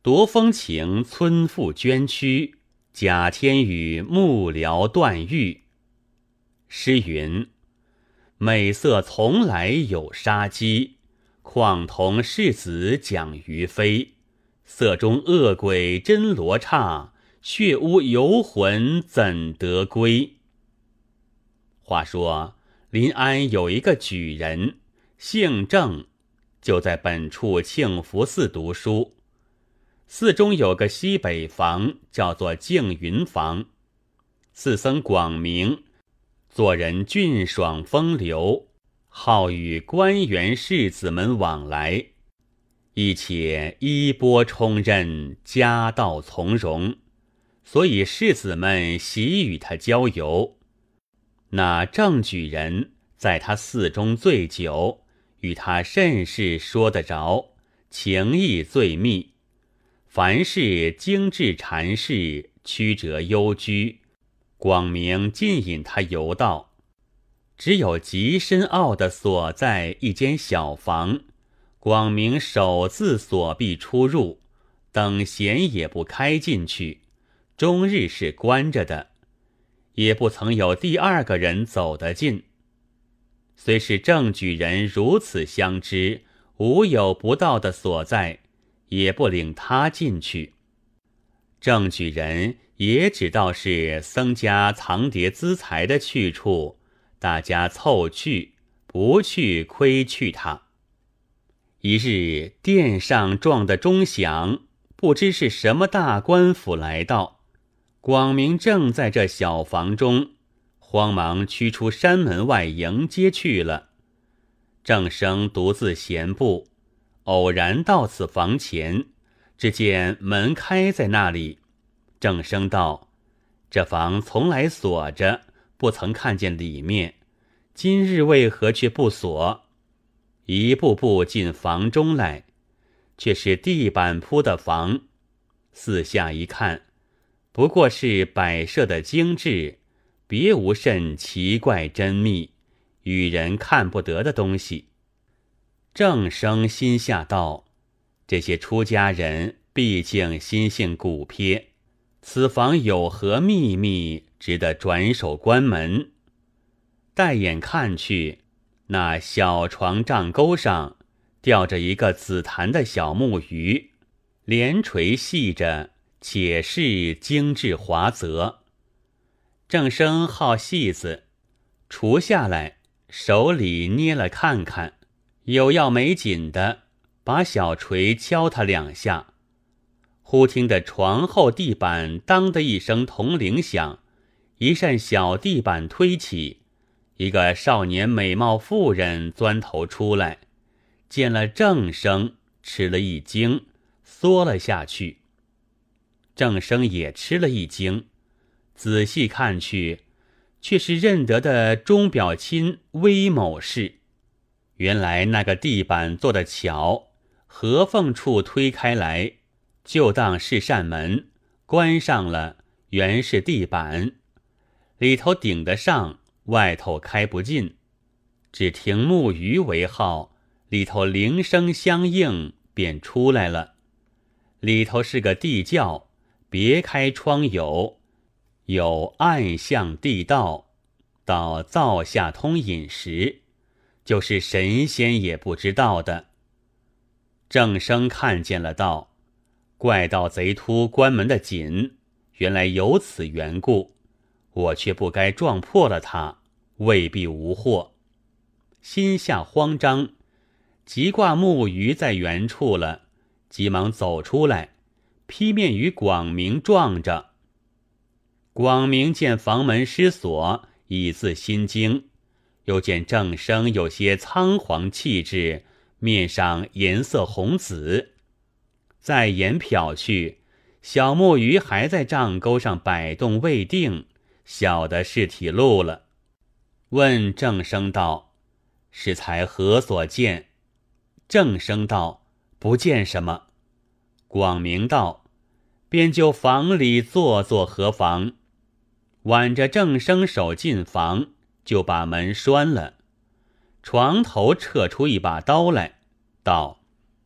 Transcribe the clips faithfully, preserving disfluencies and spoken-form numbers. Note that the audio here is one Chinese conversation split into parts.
夺风情村妇捐躯，假天宇幕僚断狱。诗云：美色从来有杀机，况同世子讲于非。色中恶鬼真罗刹，血污游魂怎得归？话说临安有一个举人，姓郑，就在本处庆福寺读书。寺中有个西北房，叫做静云房。寺僧广明，做人俊爽风流，好与官员士子们往来，亦且衣钵充任，家道从容，所以士子们喜与他交游。那郑举人在他寺中醉酒，与他甚是说得着，情谊最密。凡是精致禅事，曲折幽居，广明尽引他游道。只有极深奥的所在一间小房，广明首自锁闭出入，等闲也不开进去，终日是关着的，也不曾有第二个人走得进。虽是郑举人如此相知，无有不到的所在，也不领他进去。郑举人也只道是僧家藏碟资财的去处，大家凑去，不去亏去他。一日殿上撞得钟响，不知是什么大官府来到。广明正在这小房中，慌忙驱出山门外迎接去了。郑生独自闲步，偶然到此房前，只见门开在那里。郑生道：这房从来锁着，不曾看见里面，今日为何却不锁？一步步进房中来，却是地板铺的房。四下一看，不过是摆设的精致，别无甚奇怪珍秘，与人看不得的东西。郑生心下道：这些出家人毕竟心性古撇，此房有何秘密，值得转手关门？待眼看去，那小床帐钩上吊着一个紫檀的小木鱼，连垂系着，且是精致华泽。郑生好戏子，除下来，手里捏了看看，有要没紧的，把小锤敲他两下。忽听得床后地板当的一声铜铃响，一扇小地板推起，一个少年美貌妇人钻头出来，见了郑生，吃了一惊，缩了下去。郑生也吃了一惊，仔细看去，却是认得的钟表亲魏某氏。原来那个地板做的巧，合缝处推开来，就当是扇门，关上了，原是地板，里头顶得上，外头开不进。只听木鱼为号，里头铃声相应，便出来了。里头是个地窖，别开窗有，有暗巷地道，到灶下通饮食，就是神仙也不知道的。郑生看见了道：怪盗贼秃关门的紧，原来有此缘故，我却不该撞破了他，未必无祸。心下慌张，急挂木鱼在原处了，急忙走出来，劈面与广明撞着。广明见房门失锁，已自心惊，又见郑生有些仓皇气质，面上颜色红紫，再眼瞟去，小木鱼还在帐钩上摆动未定，晓得是体路了。问郑生道：适才何所见？郑生道：不见什么。广明道：便就房里坐坐何妨？挽着郑生手进房，就把门拴了，床头撤出一把刀来，道：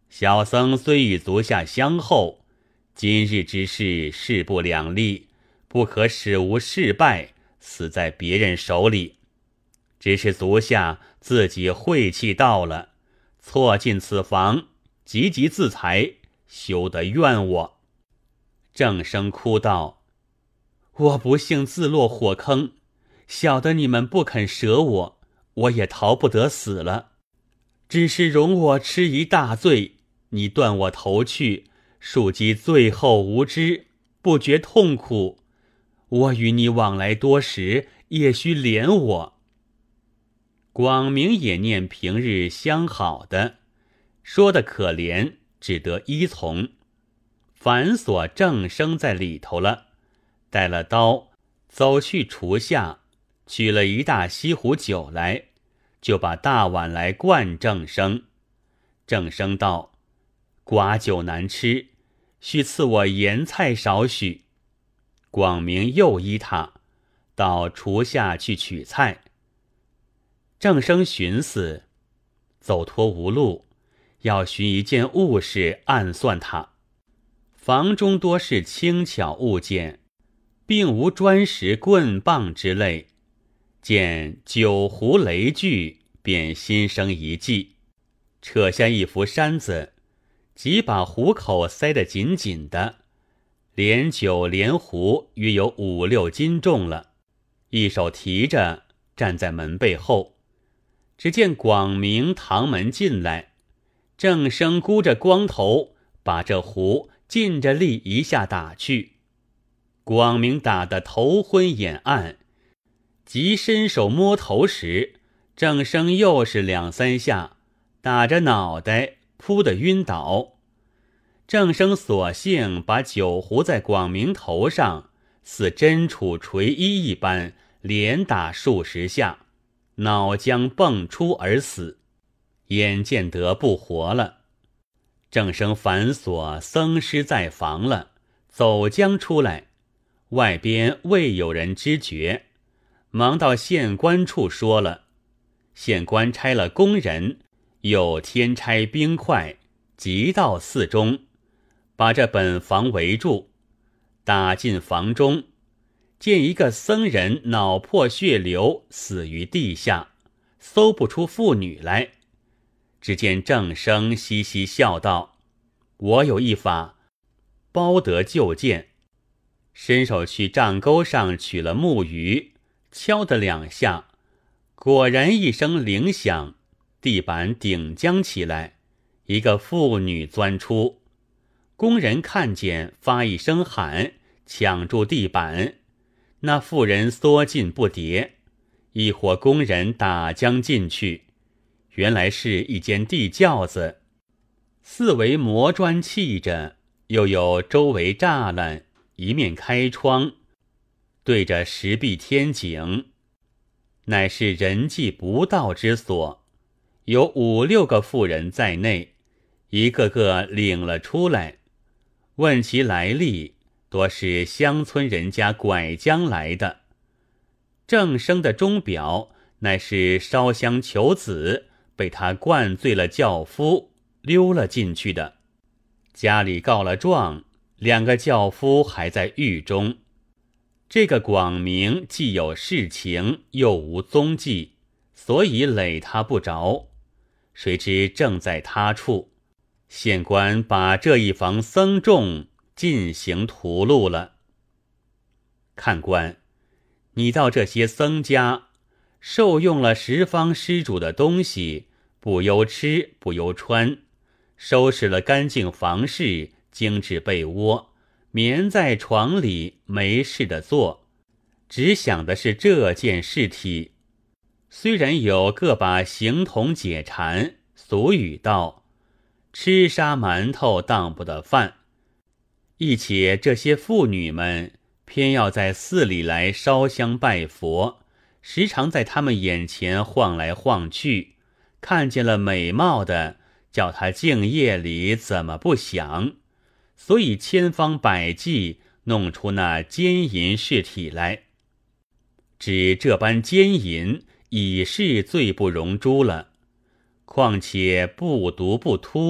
小僧虽与足下相厚，今日之事势不两立，不可使吾事败，死在别人手里。只是足下自己晦气到了，错进此房，急急自裁，休得怨我。”郑生哭道：“我不幸自落火坑，晓得你们不肯舍我，我也逃不得死了。只是容我吃一大罪，你断我头去，庶几最后无知，不觉痛苦。我与你往来多时，也须怜我。”广明也念平日相好的，说的可怜，只得依从。反锁郑生在里头了，带了刀，走去厨下，取了一大西壶酒来，就把大碗来灌郑生。郑生道：“寡酒难吃，须赐我盐菜少许。”广明又依他，到厨下去取菜。郑生寻思，走脱无路，要寻一件物事暗算他。房中多是轻巧物件，并无砖石棍棒之类，见酒壶雷具，便心生一计，扯下一幅衫子，即把壶口塞得紧紧的，连酒连壶约有五六斤重了，一手提着站在门背后。只见广明堂门进来，郑生箍着光头，把这壶尽着力一下打去。广明打得头昏眼暗，即伸手摸头时，郑生又是两三下，打着脑袋扑得晕倒。郑生索性把酒壶在广明头上似针杵锤衣一般连打数十下，脑浆迸出而死，眼见得不活了。郑生反锁僧师在房了，走将出来，外边未有人知觉，忙到县官处说了。县官差了工人，又添差兵块，急到寺中，把这本房围住，打进房中，见一个僧人脑破血流，死于地下，搜不出妇女来。只见郑生嘻嘻笑道：“我有一法，包得就见。”伸手去帐钩上取了木鱼，敲得两下，果然一声铃响，地板顶将起来，一个妇女钻出。工人看见，发一声喊，抢住地板，那妇人缩进不迭，一伙工人打将进去，原来是一间地窖子，四围磨砖砌着，又有周围栅栏，一面开窗，对着石壁天井，乃是人迹不到之所。有五六个妇人在内，一个个领了出来，问其来历，多是乡村人家拐将来的。郑生的钟表乃是烧香求子，被他灌醉了轿夫，溜了进去的。家里告了状，两个轿夫还在狱中。这个广明既有事情，又无踪迹，所以垒他不着。谁知正在他处，县官把这一房僧众进行屠戮了。看官，你到这些僧家，受用了十方施主的东西，不忧吃不忧穿，收拾了干净房事，精致被窝，眠在床里没事的做，只想的是这件事体。虽然有个把形同解馋，俗语道：吃沙馒头当不得饭。亦且这些妇女们偏要在寺里来烧香拜佛，时常在他们眼前晃来晃去，看见了美貌的，叫他静夜里怎么不想，所以千方百计弄出那奸淫事体来。只这般奸淫已是罪不容诛了，况且不毒不秃，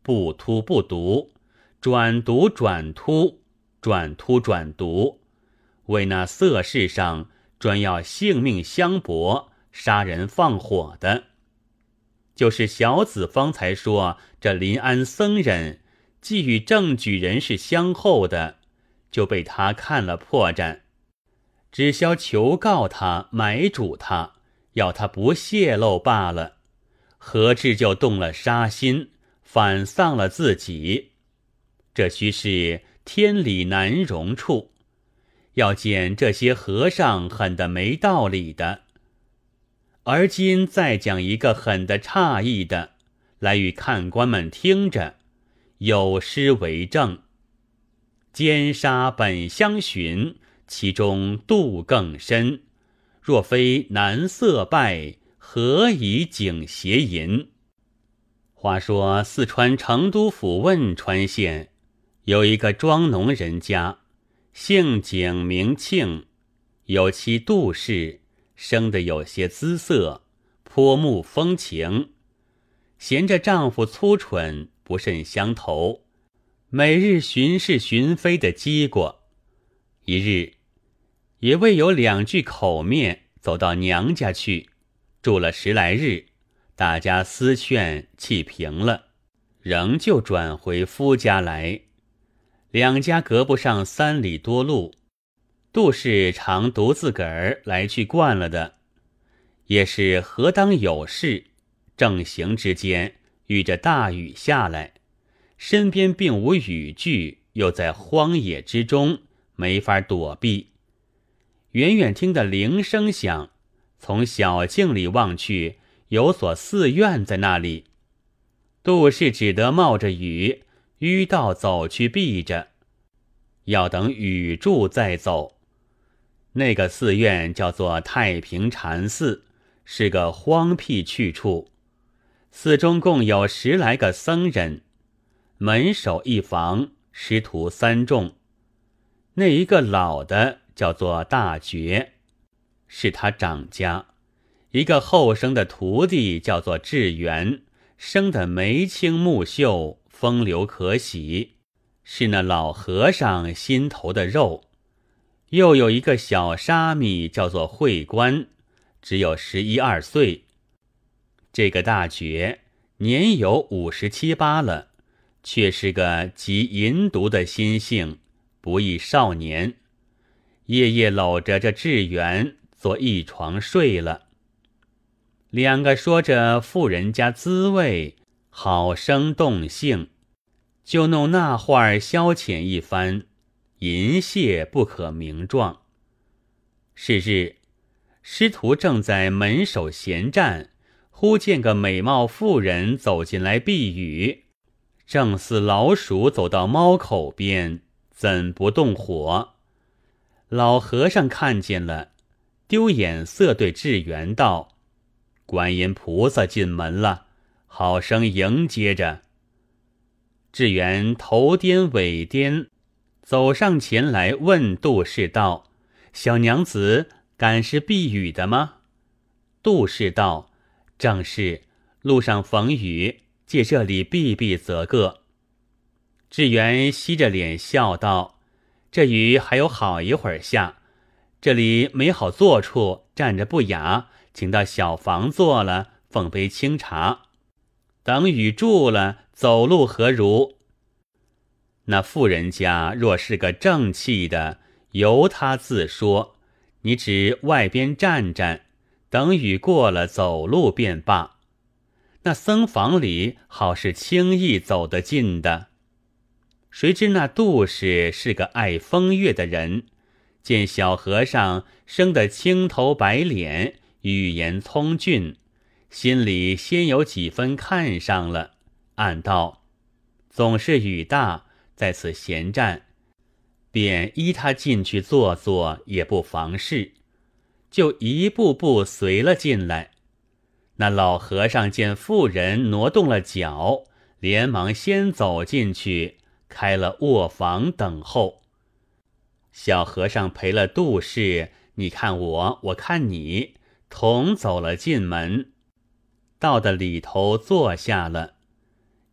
不突不读，转读转突，转突转读，为那色世上专要性命相搏、杀人放火的。就是小子方才说这临安僧人既与正举人是相后的，就被他看了破绽，只消求告他买主他，要他不泄露罢了，何至就动了杀心，反丧了自己？这须是天理难容处。要见这些和尚狠得没道理的。而今再讲一个狠得诧异的，来与看官们听着，有诗为证：奸杀本相寻，其中度更深。若非男色败，何以警邪淫？话说四川成都府汶川县有一个庄农人家，姓景名庆，有妻杜氏，生得有些姿色，颇慕风情，嫌着丈夫粗蠢，不甚相投，每日巡视巡飞的机过。一日也未有两句口面，走到娘家去，住了十来日，大家思劝气平了，仍旧转回夫家来。两家隔不上三里多路，杜氏常独自个儿来去惯了的，也是何当有事，正行之间遇着大雨下来，身边并无雨具，又在荒野之中，没法躲避。远远听得铃声响，从小径里望去，有所寺院在那里。杜氏只得冒着雨迂道走去避着，要等雨住再走。那个寺院叫做太平禅寺，是个荒僻去处，寺中共有十来个僧人，门首一房，师徒三众。那一个老的叫做大觉，是他长家；一个后生的徒弟叫做智圆，生得眉清目秀，风流可喜，是那老和尚心头的肉。又有一个小沙弥叫做慧观，只有十一二岁。这个大觉年有五十七八了，却是个极淫毒的心性，不亦少年，夜夜搂着这智圆做一床睡了。两个说着妇人家滋味，好生动性，就弄那话儿消遣一番，淫亵不可名状。是日，师徒正在门首闲站，忽见个美貌妇人走进来避雨，正似老鼠走到猫口边，怎不动火？老和尚看见了，丢眼色对智圆道：观音菩萨进门了，好生迎接着。智圆头颠尾颠，走上前来问杜氏道：小娘子敢是避雨的吗？杜氏道：正是，路上逢雨，借这里避避则个。智圆吸着脸笑道：这雨还有好一会儿下，这里没好坐处，站着不雅，请到小房坐了，奉杯清茶，等雨住了，走路何如？那妇人家若是个正气的，由他自说，你只外边站站，等雨过了走路便罢。那僧房里好是轻易走得进的。谁知那杜氏是个爱风月的人，见小和尚生得青头白脸，语言聪俊，心里先有几分看上了，暗道总是雨大，在此闲站，便依他进去坐坐也不妨事，就一步步随了进来。那老和尚见妇人挪动了脚，连忙先走进去，开了卧房等候。小和尚陪了杜氏，你看我，我看你，同走了进门，到的里头坐下了。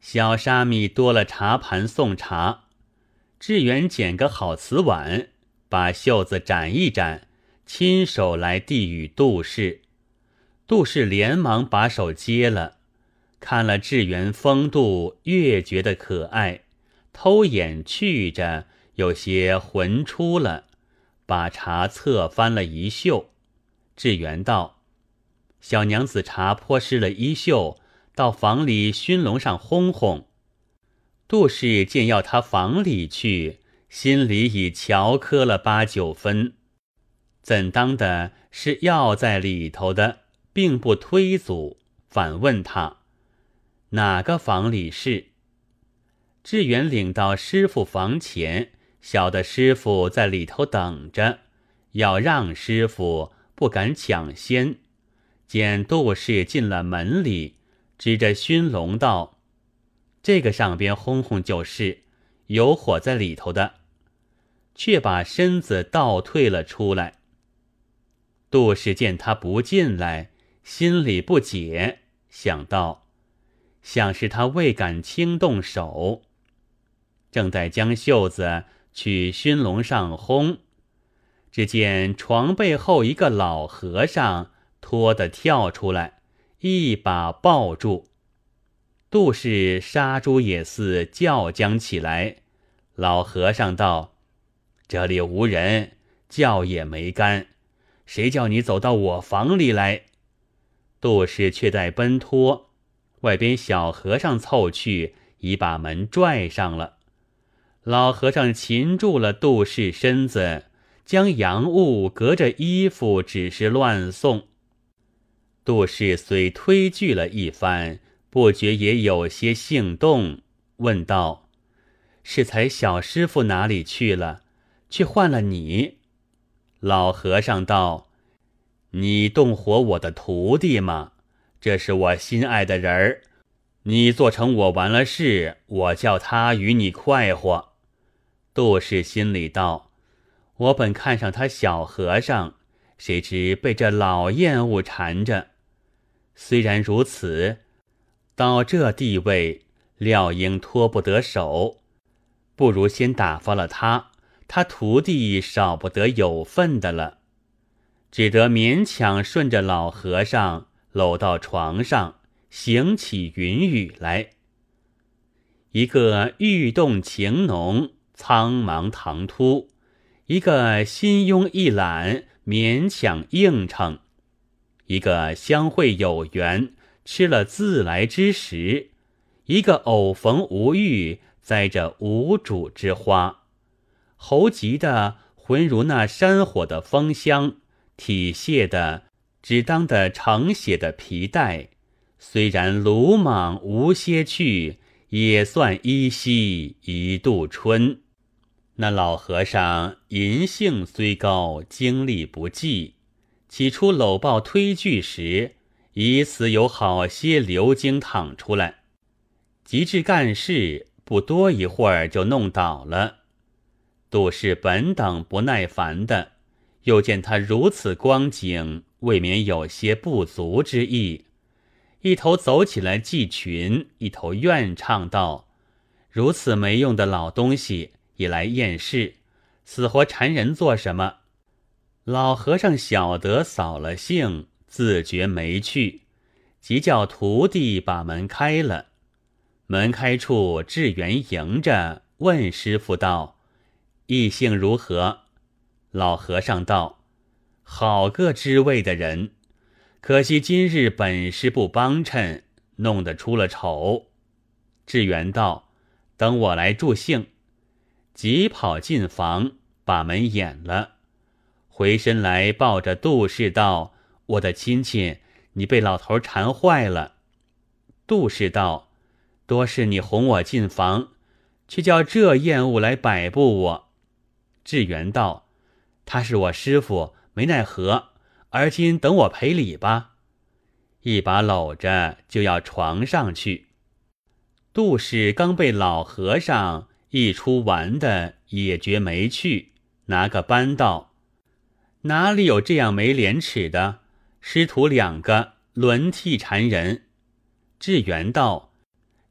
小沙弥多了茶盘送茶，智圆捡个好瓷碗，把袖子展一展，亲手来递与杜氏。杜氏连忙把手接了，看了智圆风度，越觉得可爱，偷眼去着，有些魂出了，把茶侧翻了一袖。智圆道：小娘子茶泼湿了衣袖，到房里熏笼上烘烘。杜氏见要他房里去，心里已瞧磕了八九分，怎当的是要在里头的，并不推阻，反问他哪个房里是。智圆领到师傅房前，晓得师傅在里头等着，要让师傅，不敢抢先。见杜氏进了门里，指着熏笼道：这个上边烘烘就是，有火在里头的，却把身子倒退了出来。杜氏见他不进来，心里不解，想到像是他未敢轻动手，正在将袖子去熏笼上烘，只见床背后一个老和尚拖得跳出来，一把抱住。杜氏杀猪也似叫将起来，老和尚道：这里无人，叫也没干，谁叫你走到我房里来？杜氏却待奔脱，外边小和尚凑去，已把门拽上了。老和尚擒住了杜氏身子，将洋物隔着衣服只是乱送。杜氏虽推拒了一番，不觉也有些兴动，问道：是才小师傅哪里去了，却换了你？老和尚道：你动火我的徒弟吗？这是我心爱的人儿，你做成我完了事，我叫他与你快活。杜氏心里道：我本看上他小和尚，谁知被这老厌恶缠着。虽然如此，到这地位，料应脱不得手，不如先打发了他，他徒弟少不得有份的了。只得勉强顺着老和尚搂到床上，行起云雨来。一个欲动情浓，苍茫唐突；一个心慵一懒，勉强应承；一个相会有缘，吃了自来之食；一个偶逢无遇，栽着无主之花。猴急的浑如那山火的风香，体泄的只当得盛血的皮带，虽然鲁莽无些去，也算依稀一度春。那老和尚淫性虽高，精力不济，起初搂抱推拒时，以此有好些流精淌出来，及至干事，不多一会儿就弄倒了。杜氏本等不耐烦的，又见他如此光景，未免有些不足之意，一头走起来系裙，一头怨唱道：如此没用的老东西也来厌世，死活缠人做什么？老和尚晓得扫了兴，自觉没趣，即叫徒弟把门开了。门开处，智圆迎着问师傅道：异性如何？老和尚道：好个知味的人，可惜今日本事不帮衬，弄得出了丑。智圆道：等我来助兴。急跑进房，把门掩了，回身来抱着杜氏道：我的亲戚，你被老头缠坏了。杜氏道：多是你哄我进房，却叫这厌恶来摆布我。智圆道：他是我师傅，没奈何，而今等我赔礼吧。一把搂着就要床上去。杜氏刚被老和尚一出玩的，也觉没趣，拿个扳道：哪里有这样没廉耻的？师徒两个轮替缠人。智圆道：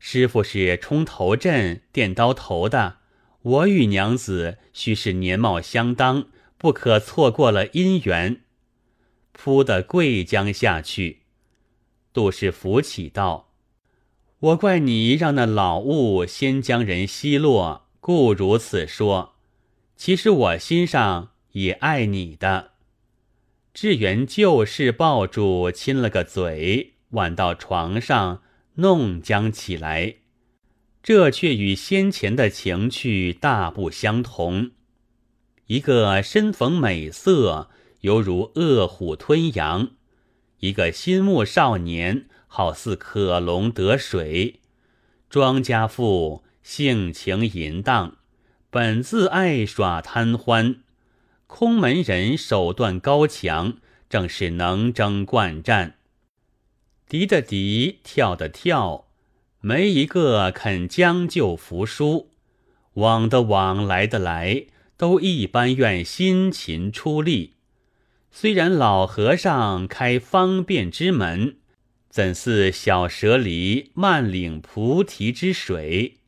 师傅是冲头阵、电刀头的，我与娘子须是年貌相当，不可错过了姻缘。扑的跪将下去。杜氏扶起道：我怪你让那老物先将人奚落，故如此说。其实我心上也爱你的。智圆就事抱住，亲了个嘴，挽到床上，弄将起来。这却与先前的情趣大不相同。一个身逢美色，犹如饿虎吞羊；一个心目少年，好似可龙得水。庄家妇性情淫荡，本自爱耍贪欢。空门人手段高强，正是能征惯战。敌的敌，跳的跳，没一个肯将就服输。往的往，来的来，都一般愿辛勤出力。虽然老和尚开方便之门，怎似小蛇梨漫领菩提之水？